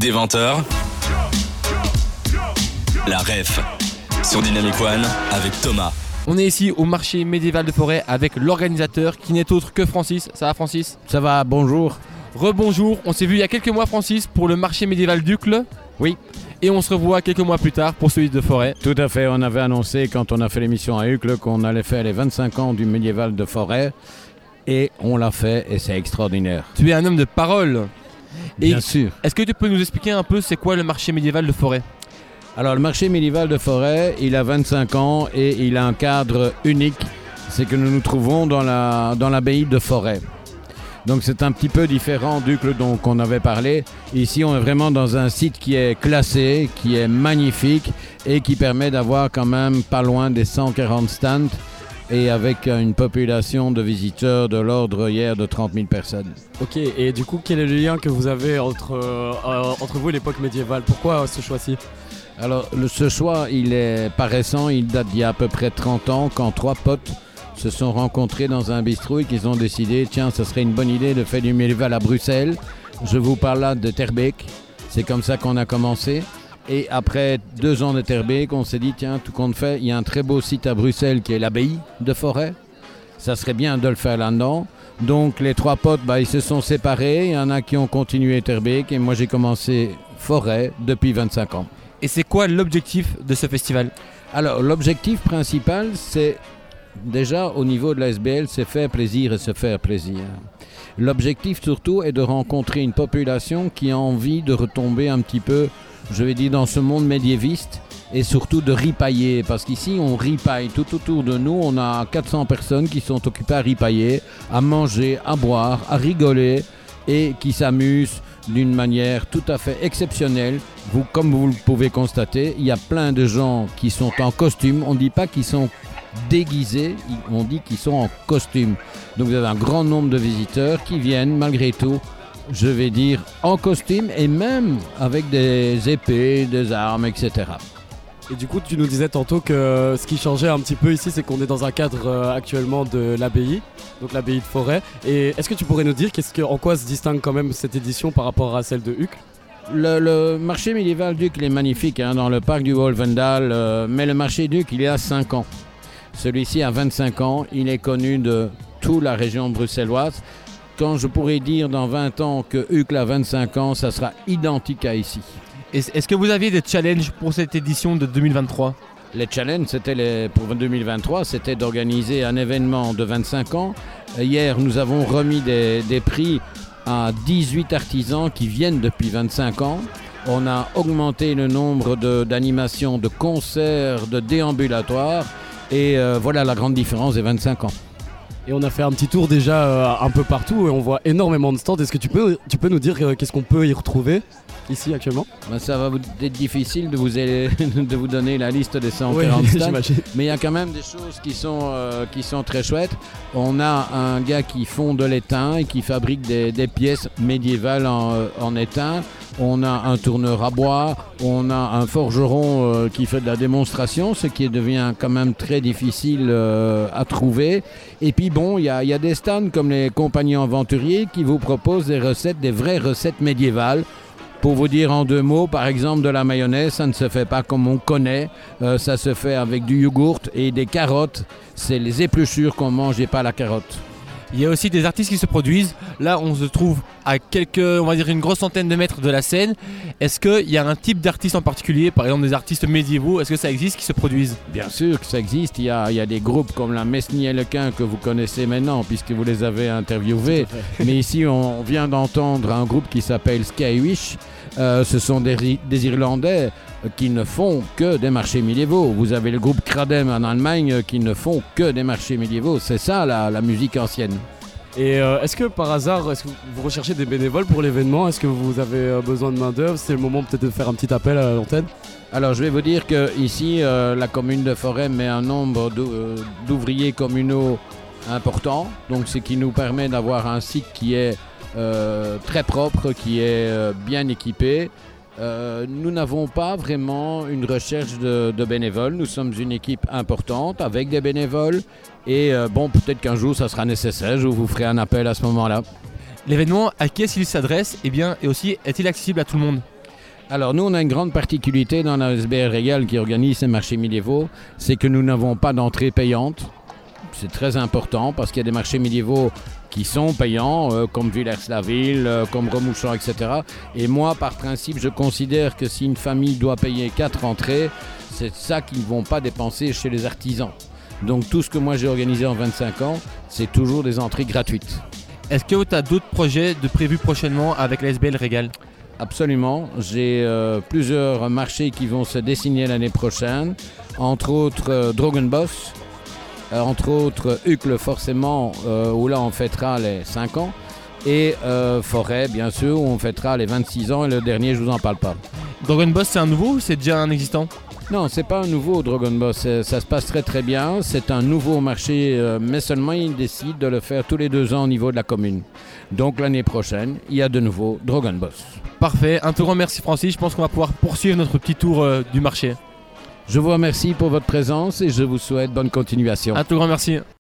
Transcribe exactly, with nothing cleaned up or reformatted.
Dès vingt heures, la ref sur Dynamic One avec Thomas. On est ici au marché médiéval de Forêt avec l'organisateur qui n'est autre que Francis. Ça va Francis ? Ça va, bonjour. Rebonjour, on s'est vu il y a quelques mois Francis pour le marché médiéval d'Uccle. Oui. Et on se revoit quelques mois plus tard pour celui de Forêt. Tout à fait, on avait annoncé quand on a fait l'émission à Uccle qu'on allait faire les vingt-cinq ans du médiéval de Forêt. Et on l'a fait et c'est extraordinaire. Tu es un homme de parole. Et Bien sûr. Est-ce que tu peux nous expliquer un peu c'est quoi le marché médiéval de Forêt ? Alors le marché médiéval de Forêt, il a vingt-cinq ans et il a un cadre unique. C'est que nous nous trouvons dans, la, dans l'abbaye de Forêt. Donc c'est un petit peu différent d'Uccle dont on avait parlé. Ici on est vraiment dans un site qui est classé, qui est magnifique et qui permet d'avoir quand même pas loin des cent quarante stands et avec une population de visiteurs de l'ordre hier de trente mille personnes. Ok, et du coup quel est le lien que vous avez entre, euh, entre vous et l'époque médiévale ? Pourquoi ce choix-ci ? Alors le, ce choix il est pas récent, il date d'il y a à peu près trente ans quand trois potes se sont rencontrés dans un bistrot et qu'ils ont décidé, tiens, ce serait une bonne idée de faire du médiéval à Bruxelles. Je vous parle là de Terbeek, c'est comme ça qu'on a commencé. Et après deux ans de Terbeek, on s'est dit, tiens, tout compte fait, il y a un très beau site à Bruxelles qui est l'abbaye de Forêt. Ça serait bien de le faire là-dedans. Donc les trois potes, bah, ils se sont séparés, il y en a qui ont continué Terbeek et moi j'ai commencé Forêt depuis vingt-cinq ans. Et c'est quoi l'objectif de ce festival ? Alors l'objectif principal, c'est déjà, au niveau de la S B L, c'est faire plaisir et se faire plaisir. L'objectif surtout est de rencontrer une population qui a envie de retomber un petit peu, je vais dire, dans ce monde médiéviste et surtout de ripailler. Parce qu'ici, on ripaille. Tout autour de nous, on a quatre cents personnes qui sont occupées à ripailler, à manger, à boire, à rigoler et qui s'amusent d'une manière tout à fait exceptionnelle. Vous, comme vous le pouvez constater, il y a plein de gens qui sont en costume. On ne dit pas qu'ils sont déguisés, on dit qu'ils sont en costume. Donc vous avez un grand nombre de visiteurs qui viennent malgré tout, je vais dire, en costume et même avec des épées, des armes, et cetera. Et du coup, tu nous disais tantôt que ce qui changeait un petit peu ici, c'est qu'on est dans un cadre euh, actuellement de l'abbaye, donc l'abbaye de Forêt. Et est-ce que tu pourrais nous dire qu'est-ce que, en quoi se distingue quand même cette édition par rapport à celle de Uccle ? Le, le marché médiéval d'Uccle est magnifique hein, dans le parc du Wolvendal, euh, mais le marché d'Uccle, il est à cinq ans. Celui-ci a vingt-cinq ans, il est connu de toute la région bruxelloise. Quand je pourrais dire dans vingt ans que Uccle a vingt-cinq ans, ça sera identique à ici. Est-ce que vous aviez des challenges pour cette édition de deux mille vingt-trois ? Les challenges, c'était les, pour deux mille vingt-trois, c'était d'organiser un événement de vingt-cinq ans. Hier, nous avons remis des, des prix à dix-huit artisans qui viennent depuis vingt-cinq ans. On a augmenté le nombre de, d'animations, de concerts, de déambulatoires. Et euh, voilà la grande différence des vingt-cinq ans. Et on a fait un petit tour déjà euh, un peu partout et on voit énormément de stands. Est-ce que tu peux, tu peux nous dire euh, qu'est-ce qu'on peut y retrouver ici actuellement ? Ben, ça va être difficile de vous, de vous donner la liste des cent quarante oui, stands, j'imagine. Mais il y a quand même des choses qui sont, euh, qui sont très chouettes. On a un gars qui fond de l'étain et qui fabrique des, des pièces médiévales en, en étain. On a un tourneur à bois, on a un forgeron euh, qui fait de la démonstration, ce qui devient quand même très difficile euh, à trouver. Et puis bon, il y a, y a des stands comme les compagnons aventuriers qui vous proposent des recettes, des vraies recettes médiévales. Pour vous dire en deux mots, par exemple de la mayonnaise, ça ne se fait pas comme on connaît, euh, ça se fait avec du yogourt et des carottes. C'est les épluchures qu'on mange et pas la carotte. Il y a aussi des artistes qui se produisent. Là, on se trouve à quelques, on va dire une grosse centaine de mètres de la scène. Est-ce qu'il y a un type d'artiste en particulier, par exemple des artistes médiévaux, est-ce que ça existe qui se produisent ? Bien sûr que ça existe. Il y a, il y a des groupes comme la Mesnier Lequin que vous connaissez maintenant puisque vous les avez interviewés. Mais ici, on vient d'entendre un groupe qui s'appelle Skywish. Euh, ce sont des, des Irlandais qui ne font que des marchés médiévaux. Vous avez le groupe Kradem en Allemagne qui ne font que des marchés médiévaux. C'est ça la, la musique ancienne. Et euh, est-ce que par hasard, est-ce que vous recherchez des bénévoles pour l'événement ? Est-ce que vous avez euh, besoin de main d'œuvre ? C'est le moment peut-être de faire un petit appel à l'antenne ? Alors je vais vous dire qu'ici, euh, la commune de Forêt met un nombre d'ouvriers communaux important. Donc ce qui nous permet d'avoir un site qui est euh, très propre, qui est euh, bien équipé. Euh, nous n'avons pas vraiment une recherche de, de bénévoles. Nous sommes une équipe importante avec des bénévoles. Et euh, bon, peut-être qu'un jour, ça sera nécessaire. Je vous ferai un appel à ce moment-là. L'événement, à qui est-ce qu'il s'adresse ? Eh bien, et aussi, est-il accessible à tout le monde ? Alors nous, on a une grande particularité dans la S B L Régal qui organise ces marchés médiévaux, c'est que nous n'avons pas d'entrée payante. C'est très important parce qu'il y a des marchés médiévaux qui sont payants, euh, comme Villers-la-Ville, euh, comme Remouchon, et cetera. Et moi, par principe, je considère que si une famille doit payer quatre entrées, c'est ça qu'ils ne vont pas dépenser chez les artisans. Donc tout ce que moi j'ai organisé en vingt-cinq ans, c'est toujours des entrées gratuites. Est-ce que tu as d'autres projets de prévus prochainement avec la S B L Régal? Absolument. J'ai euh, plusieurs marchés qui vont se dessiner l'année prochaine, entre autres euh, Drogenbos, euh, entre autres Uccle forcément, euh, où là on fêtera les cinq ans, et euh, Forêt bien sûr, où on fêtera les vingt-six ans, et le dernier je vous en parle pas. Drogenbos, c'est un nouveau ou c'est déjà un existant? Non, c'est pas un nouveau Drogenbos, ça se passe très très bien, c'est un nouveau marché, euh, mais seulement ils décident de le faire tous les deux ans au niveau de la commune. Donc l'année prochaine, il y a de nouveau Drogenbos. Parfait, un tout grand merci Francis, je pense qu'on va pouvoir poursuivre notre petit tour euh, du marché. Je vous remercie pour votre présence et je vous souhaite bonne continuation. Un tout grand merci.